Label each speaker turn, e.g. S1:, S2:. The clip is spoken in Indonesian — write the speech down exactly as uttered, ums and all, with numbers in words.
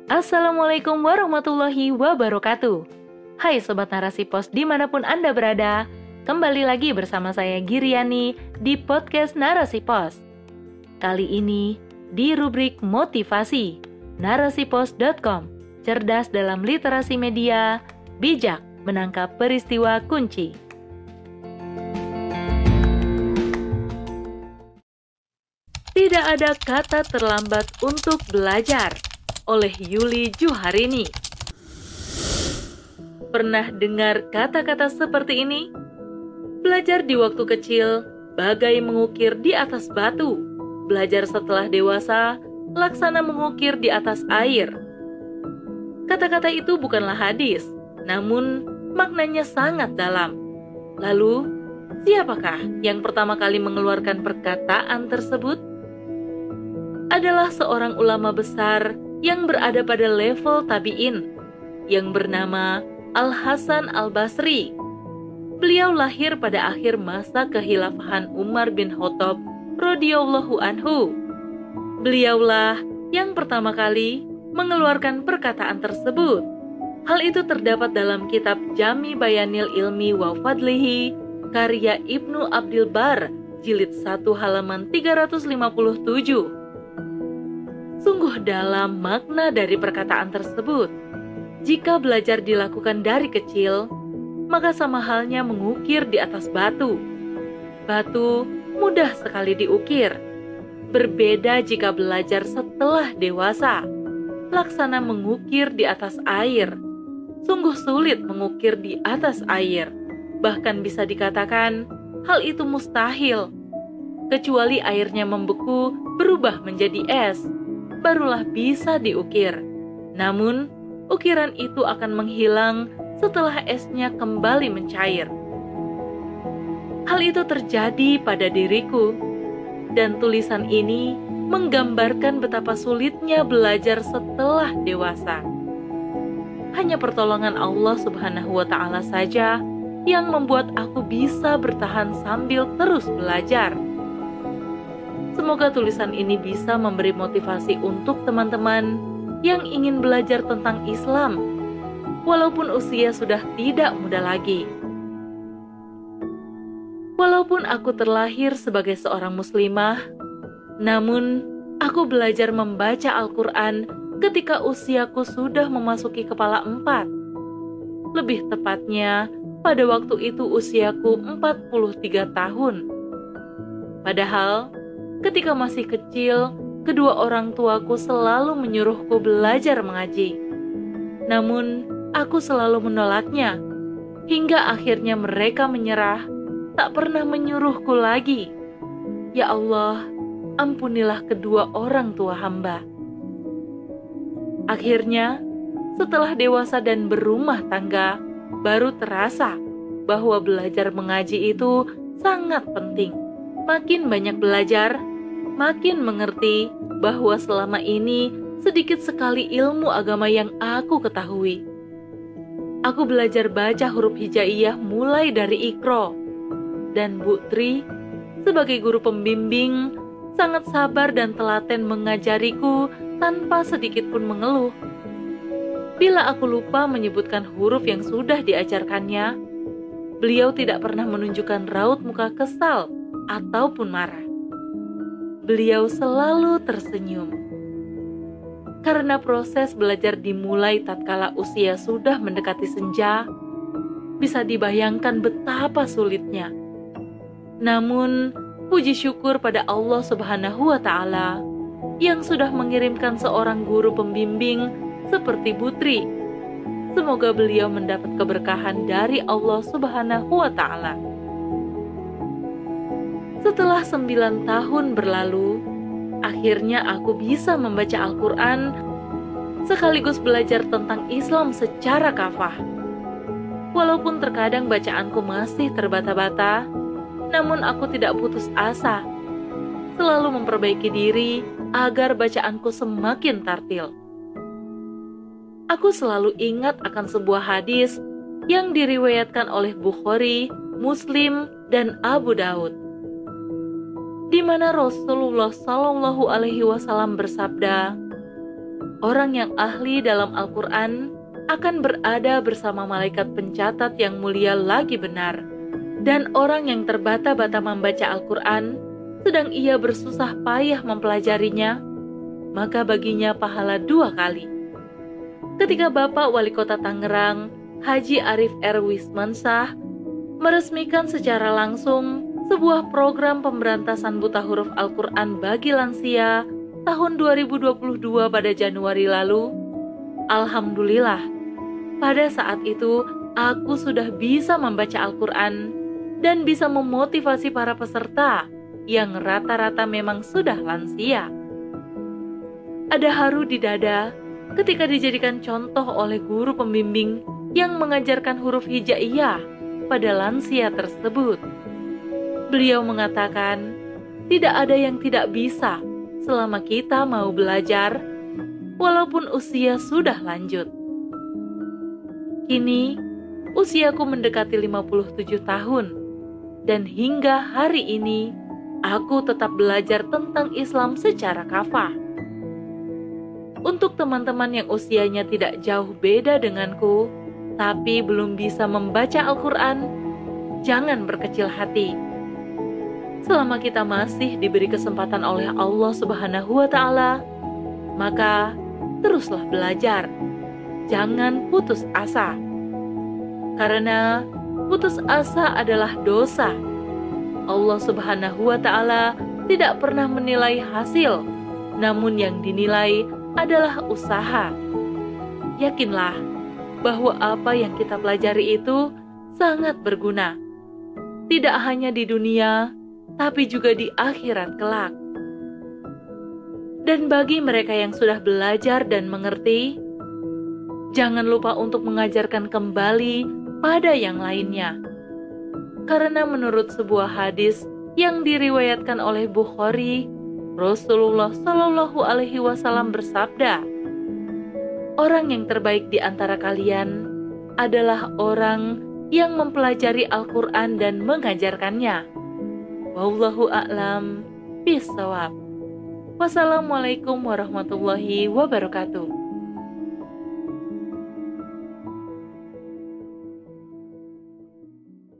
S1: Assalamualaikum warahmatullahi wabarakatuh. Hai Sobat Narasi Pos dimanapun Anda berada, kembali lagi bersama saya Giriani di podcast Narasi Pos. Kali ini di rubrik motivasi, narasipos dot com, cerdas dalam literasi media, bijak menangkap peristiwa kunci. Tidak ada kata terlambat untuk belajar, oleh Yuli Juharini. Pernah dengar kata-kata seperti ini? Belajar di waktu kecil, bagai mengukir di atas batu. Belajar setelah dewasa, laksana mengukir di atas air. Kata-kata itu bukanlah hadis, namun maknanya sangat dalam. Lalu, siapakah yang pertama kali mengeluarkan perkataan tersebut? Adalah seorang ulama besar yang berada pada level tabi'in, yang bernama Al-Hasan Al-Basri. Beliau lahir pada akhir masa kekhilafahan Umar bin Khattab radhiyallahu anhu. Beliaulah yang pertama kali mengeluarkan perkataan tersebut. Hal itu terdapat dalam kitab Jami Bayanil Ilmi wa Fadlihi, karya Ibnu Abdil Bar, jilid satu halaman tiga ratus lima puluh tujuh. Sungguh dalam makna dari perkataan tersebut. Jika belajar dilakukan dari kecil, maka sama halnya mengukir di atas batu. Batu mudah sekali diukir. Berbeda jika belajar setelah dewasa. Laksana mengukir di atas air. Sungguh sulit mengukir di atas air. Bahkan bisa dikatakan hal itu mustahil. Kecuali airnya membeku berubah menjadi es, barulah bisa diukir. Namun, ukiran itu akan menghilang setelah esnya kembali mencair. Hal itu terjadi pada diriku, dan tulisan ini menggambarkan betapa sulitnya belajar setelah dewasa. Hanya pertolongan Allah Subhanahu wa Ta'ala saja yang membuat aku bisa bertahan sambil terus belajar. Semoga tulisan ini bisa memberi motivasi untuk teman-teman yang ingin belajar tentang Islam, walaupun usia sudah tidak muda lagi. Walaupun aku terlahir sebagai seorang muslimah, namun aku belajar membaca Al-Quran ketika usiaku sudah memasuki kepala empat. Lebih tepatnya, pada waktu itu usiaku empat puluh tiga tahun. Padahal, ketika masih kecil, kedua orang tuaku selalu menyuruhku belajar mengaji. Namun, aku selalu menolaknya, hingga akhirnya mereka menyerah, tak pernah menyuruhku lagi. Ya Allah, ampunilah kedua orang tua hamba. Akhirnya, setelah dewasa dan berumah tangga, baru terasa bahwa belajar mengaji itu sangat penting. Makin banyak belajar, makin mengerti bahwa selama ini sedikit sekali ilmu agama yang aku ketahui. Aku belajar baca huruf hijaiyah mulai dari Iqra, dan Bu Tri sebagai guru pembimbing sangat sabar dan telaten mengajariku tanpa sedikit pun mengeluh. Bila aku lupa menyebutkan huruf yang sudah diajarkannya, beliau tidak pernah menunjukkan raut muka kesal ataupun marah. Beliau selalu tersenyum. Karena proses belajar dimulai tatkala usia sudah mendekati senja, bisa dibayangkan betapa sulitnya. Namun, puji syukur pada Allah Subhanahu wa Ta'ala yang sudah mengirimkan seorang guru pembimbing seperti Bu Tri. Semoga beliau mendapat keberkahan dari Allah Subhanahu wa Ta'ala. Setelah sembilan tahun berlalu, akhirnya aku bisa membaca Al-Quran sekaligus belajar tentang Islam secara kafah. Walaupun terkadang bacaanku masih terbata-bata, namun aku tidak putus asa. Selalu memperbaiki diri agar bacaanku semakin tartil. Aku selalu ingat akan sebuah hadis yang diriwayatkan oleh Bukhari, Muslim, dan Abu Daud, di mana Rasulullah Shallallahu Alaihi Wasallam bersabda, orang yang ahli dalam Al-Quran akan berada bersama malaikat pencatat yang mulia lagi benar. Dan orang yang terbata-bata membaca Al-Quran, sedang ia bersusah payah mempelajarinya, maka baginya pahala dua kali. Ketika Bapak Wali Kota Tangerang, Haji Arif R. Wismansah, meresmikan secara langsung sebuah program pemberantasan buta huruf Al-Quran bagi lansia tahun dua ribu dua puluh dua pada Januari lalu, alhamdulillah, pada saat itu aku sudah bisa membaca Al-Quran dan bisa memotivasi para peserta yang rata-rata memang sudah lansia. Ada haru di dada ketika dijadikan contoh oleh guru pembimbing yang mengajarkan huruf hijaiyah pada lansia tersebut. Beliau mengatakan, tidak ada yang tidak bisa selama kita mau belajar, walaupun usia sudah lanjut. Kini, usiaku mendekati lima puluh tujuh tahun. Dan hingga hari ini, aku tetap belajar tentang Islam secara kafah. Untuk teman-teman yang usianya tidak jauh beda denganku, tapi belum bisa membaca Al-Quran, jangan berkecil hati. Selama kita masih diberi kesempatan oleh Allah Subhanahu wa Ta'ala, maka teruslah belajar. Jangan putus asa. Karena putus asa adalah dosa. Allah Subhanahu wa Ta'ala tidak pernah menilai hasil, namun yang dinilai adalah usaha. Yakinlah bahwa apa yang kita pelajari itu sangat berguna, tidak hanya di dunia, tapi juga di akhirat kelak. Dan bagi mereka yang sudah belajar dan mengerti, jangan lupa untuk mengajarkan kembali pada yang lainnya. Karena menurut sebuah hadis yang diriwayatkan oleh Bukhari, Rasulullah Shallallahu Alaihi Wasallam bersabda, orang yang terbaik di antara kalian adalah orang yang mempelajari Al-Quran dan mengajarkannya. Wallahu a'lam bishawab. Wassalamualaikum warahmatullahi wabarakatuh.